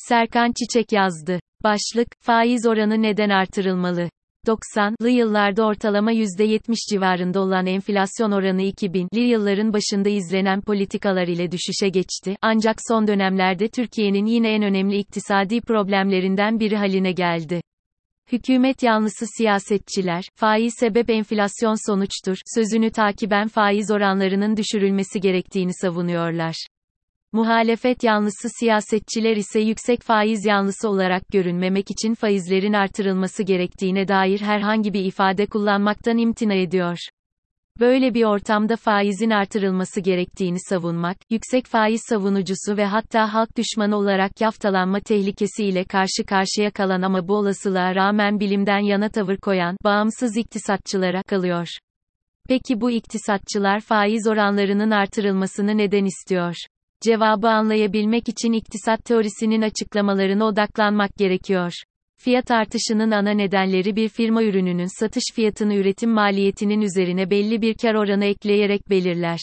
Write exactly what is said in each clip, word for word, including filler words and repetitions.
Serkan Çiçek yazdı. Başlık, faiz oranı neden artırılmalı? doksanlı yıllarda ortalama yüzde yetmiş civarında olan enflasyon oranı iki binli yılların başında izlenen politikalar ile düşüşe geçti, ancak son dönemlerde Türkiye'nin yine en önemli iktisadi problemlerinden biri haline geldi. Hükümet yanlısı siyasetçiler, faiz sebep enflasyon sonuçtur, sözünü takiben faiz oranlarının düşürülmesi gerektiğini savunuyorlar. Muhalefet yanlısı siyasetçiler ise yüksek faiz yanlısı olarak görünmemek için faizlerin artırılması gerektiğine dair herhangi bir ifade kullanmaktan imtina ediyor. Böyle bir ortamda faizin artırılması gerektiğini savunmak, yüksek faiz savunucusu ve hatta halk düşmanı olarak yaftalanma tehlikesiyle karşı karşıya kalan ama bu olasılığa rağmen bilimden yana tavır koyan, bağımsız iktisatçılara kalıyor. Peki bu iktisatçılar faiz oranlarının artırılmasını neden istiyor? Cevabı anlayabilmek için iktisat teorisinin açıklamalarına odaklanmak gerekiyor. Fiyat artışının ana nedenleri bir firma ürününün satış fiyatını üretim maliyetinin üzerine belli bir kar oranı ekleyerek belirler.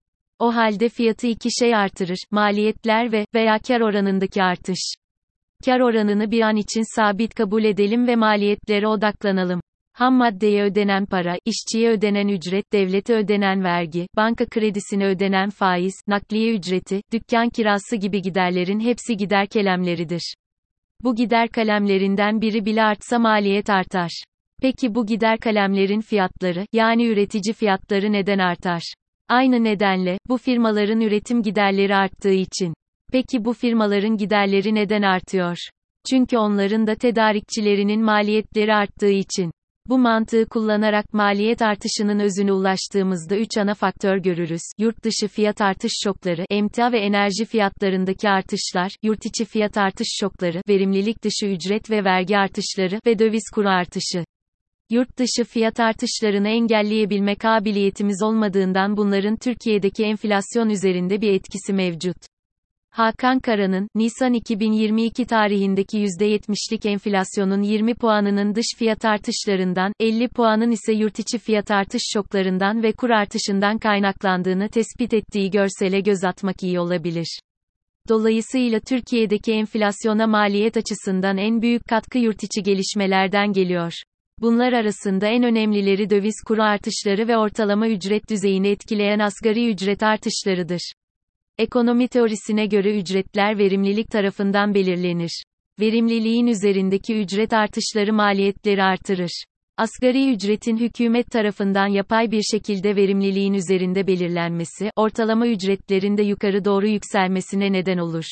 O halde fiyatı iki şey artırır, maliyetler ve veya kar oranındaki artış. Kar oranını bir an için sabit kabul edelim ve maliyetlere odaklanalım. Ham maddeye ödenen para, işçiye ödenen ücret, devlete ödenen vergi, banka kredisine ödenen faiz, nakliye ücreti, dükkan kirası gibi giderlerin hepsi gider kalemleridir. Bu gider kalemlerinden biri bile artsa maliyet artar. Peki bu gider kalemlerin fiyatları, yani üretici fiyatları neden artar? Aynı nedenle, bu firmaların üretim giderleri arttığı için. Peki bu firmaların giderleri neden artıyor? Çünkü onların da tedarikçilerinin maliyetleri arttığı için. Bu mantığı kullanarak maliyet artışının özüne ulaştığımızda üç ana faktör görürüz. Yurt dışı fiyat artış şokları, emtia ve enerji fiyatlarındaki artışlar, yurt içi fiyat artış şokları, verimlilik dışı ücret ve vergi artışları ve döviz kuru artışı. Yurt dışı fiyat artışlarını engelleyebilme kabiliyetimiz olmadığından bunların Türkiye'deki enflasyon üzerinde bir etkisi mevcut. Hakan Kara'nın, Nisan iki bin yirmi iki tarihindeki yüzde yetmişlik enflasyonun yirmi puanının dış fiyat artışlarından, elli puanın ise yurtiçi fiyat artış şoklarından ve kur artışından kaynaklandığını tespit ettiği görsele göz atmak iyi olabilir. Dolayısıyla Türkiye'deki enflasyona maliyet açısından en büyük katkı yurtiçi gelişmelerden geliyor. Bunlar arasında en önemlileri döviz kuru artışları ve ortalama ücret düzeyini etkileyen asgari ücret artışlarıdır. Ekonomi teorisine göre ücretler verimlilik tarafından belirlenir. Verimliliğin üzerindeki ücret artışları maliyetleri artırır. Asgari ücretin hükümet tarafından yapay bir şekilde verimliliğin üzerinde belirlenmesi, ortalama ücretlerin de yukarı doğru yükselmesine neden olur.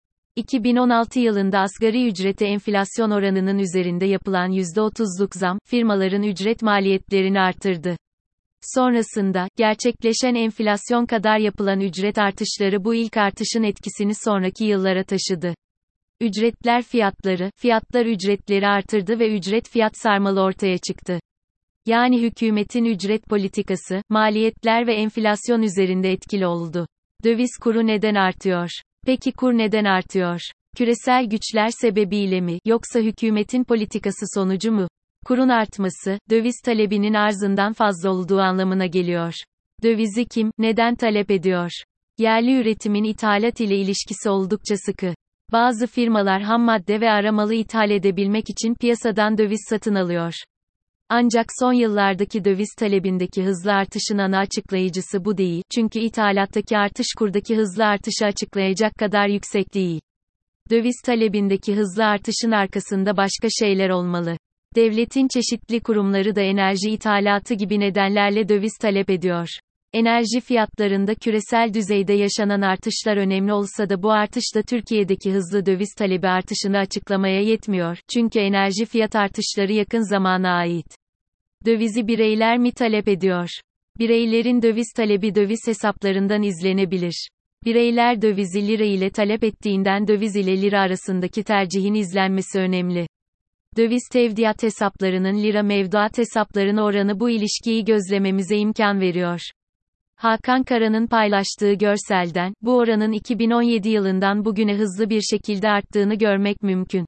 iki bin on altı yılında asgari ücrete enflasyon oranının üzerinde yapılan yüzde otuzluk zam, firmaların ücret maliyetlerini artırdı. Sonrasında, gerçekleşen enflasyon kadar yapılan ücret artışları bu ilk artışın etkisini sonraki yıllara taşıdı. Ücretler fiyatları, fiyatlar ücretleri artırdı ve ücret fiyat sarmalı ortaya çıktı. Yani hükümetin ücret politikası, maliyetler ve enflasyon üzerinde etkili oldu. Döviz kuru neden artıyor? Peki kur neden artıyor? Küresel güçler sebebiyle mi, yoksa hükümetin politikası sonucu mu? Kurun artması, döviz talebinin arzından fazla olduğu anlamına geliyor. Dövizi kim, neden talep ediyor? Yerli üretimin ithalat ile ilişkisi oldukça sıkı. Bazı firmalar ham madde ve aramalı ithal edebilmek için piyasadan döviz satın alıyor. Ancak son yıllardaki döviz talebindeki hızlı artışın ana açıklayıcısı bu değil, çünkü ithalattaki artış kurdaki hızlı artışı açıklayacak kadar yüksek değil. Döviz talebindeki hızlı artışın arkasında başka şeyler olmalı. Devletin çeşitli kurumları da enerji ithalatı gibi nedenlerle döviz talep ediyor. Enerji fiyatlarında küresel düzeyde yaşanan artışlar önemli olsa da bu artış da Türkiye'deki hızlı döviz talebi artışını açıklamaya yetmiyor, çünkü enerji fiyat artışları yakın zamana ait. Dövizi bireyler mi talep ediyor? Bireylerin döviz talebi döviz hesaplarından izlenebilir. Bireyler dövizi lira ile talep ettiğinden döviz ile lira arasındaki tercihin izlenmesi önemli. Döviz tevdiat hesaplarının lira mevduat hesaplarına oranı bu ilişkiyi gözlememize imkan veriyor. Hakan Kara'nın paylaştığı görselden, bu oranın iki bin on yedi yılından bugüne hızlı bir şekilde arttığını görmek mümkün.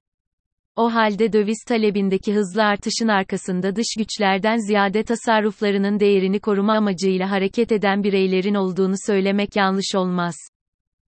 O halde döviz talebindeki hızlı artışın arkasında dış güçlerden ziyade tasarruflarının değerini koruma amacıyla hareket eden bireylerin olduğunu söylemek yanlış olmaz.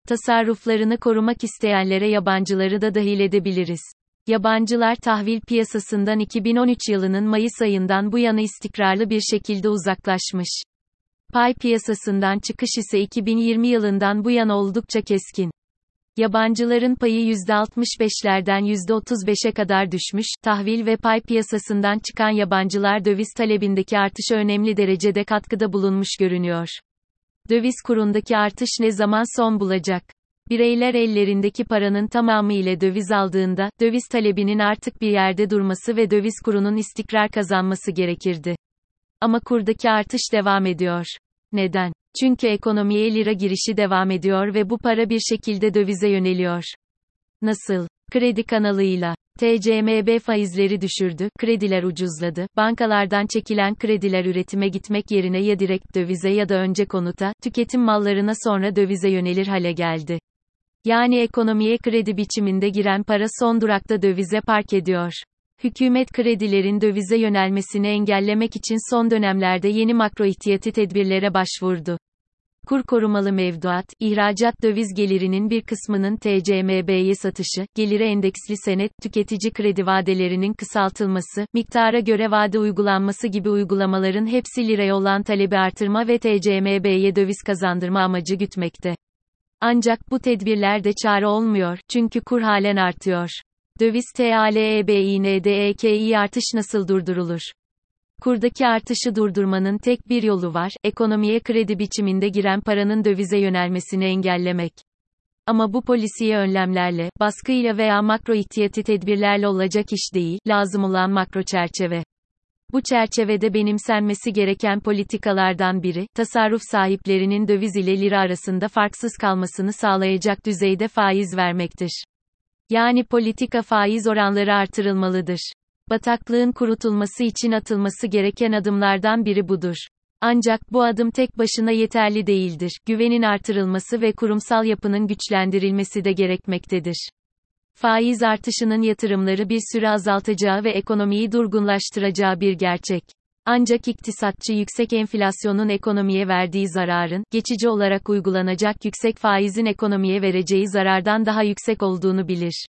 Tasarruflarını korumak isteyenlere yabancıları da dahil edebiliriz. Yabancılar tahvil piyasasından iki bin on üç yılının Mayıs ayından bu yana istikrarlı bir şekilde uzaklaşmış. Pay piyasasından çıkış ise iki bin yirmi yılından bu yana oldukça keskin. Yabancıların payı yüzde altmış beşlerden yüzde otuz beşe kadar düşmüş, tahvil ve pay piyasasından çıkan yabancılar döviz talebindeki artışa önemli derecede katkıda bulunmuş görünüyor. Döviz kurundaki artış ne zaman son bulacak? Bireyler ellerindeki paranın tamamı ile döviz aldığında, döviz talebinin artık bir yerde durması ve döviz kurunun istikrar kazanması gerekirdi. Ama kurdaki artış devam ediyor. Neden? Çünkü ekonomiye lira girişi devam ediyor ve bu para bir şekilde dövize yöneliyor. Nasıl? Kredi kanalıyla. T C M B faizleri düşürdü, krediler ucuzladı, bankalardan çekilen krediler üretime gitmek yerine ya direkt dövize ya da önce konuta, tüketim mallarına sonra dövize yönelir hale geldi. Yani ekonomiye kredi biçiminde giren para son durakta dövize park ediyor. Hükümet kredilerin dövize yönelmesini engellemek için son dönemlerde yeni makro ihtiyati tedbirlere başvurdu. Kur korumalı mevduat, ihracat döviz gelirinin bir kısmının T C M B'ye satışı, gelire endeksli senet, tüketici kredi vadelerinin kısaltılması, miktara göre vade uygulanması gibi uygulamaların hepsi liraya olan talebi artırma ve T C M B'ye döviz kazandırma amacı gütmekte. Ancak bu tedbirler de çare olmuyor, çünkü kur halen artıyor. Döviz T L E B I N D E K I artış nasıl durdurulur? Kurdaki artışı durdurmanın tek bir yolu var, ekonomiye kredi biçiminde giren paranın dövize yönelmesini engellemek. Ama bu polisiye önlemlerle, baskıyla veya makro ihtiyati tedbirlerle olacak iş değil, lazım olan makro çerçeve. Bu çerçevede benimsenmesi gereken politikalardan biri, tasarruf sahiplerinin döviz ile lira arasında farksız kalmasını sağlayacak düzeyde faiz vermektir. Yani politika faiz oranları artırılmalıdır. Bataklığın kurutulması için atılması gereken adımlardan biri budur. Ancak bu adım tek başına yeterli değildir. Güvenin artırılması ve kurumsal yapının güçlendirilmesi de gerekmektedir. Faiz artışının yatırımları bir süre azaltacağı ve ekonomiyi durgunlaştıracağı bir gerçek. Ancak iktisatçı yüksek enflasyonun ekonomiye verdiği zararın, geçici olarak uygulanacak yüksek faizin ekonomiye vereceği zarardan daha yüksek olduğunu bilir.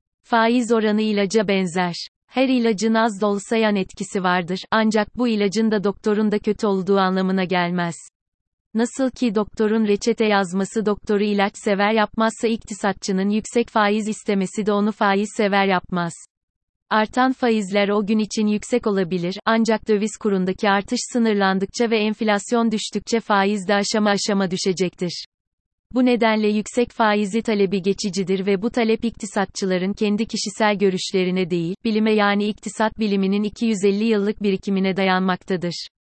Faiz oranı ilaca benzer. Her ilacın az da olsa yan etkisi vardır, ancak bu ilacın da doktorun da kötü olduğu anlamına gelmez. Nasıl ki doktorun reçete yazması doktoru ilaç sever yapmazsa iktisatçının yüksek faiz istemesi de onu faiz sever yapmaz. Artan faizler o gün için yüksek olabilir, ancak döviz kurundaki artış sınırlandıkça ve enflasyon düştükçe faiz de aşama aşama düşecektir. Bu nedenle yüksek faizli talebi geçicidir ve bu talep iktisatçıların kendi kişisel görüşlerine değil, bilime yani iktisat biliminin iki yüz elli yıllık birikimine dayanmaktadır.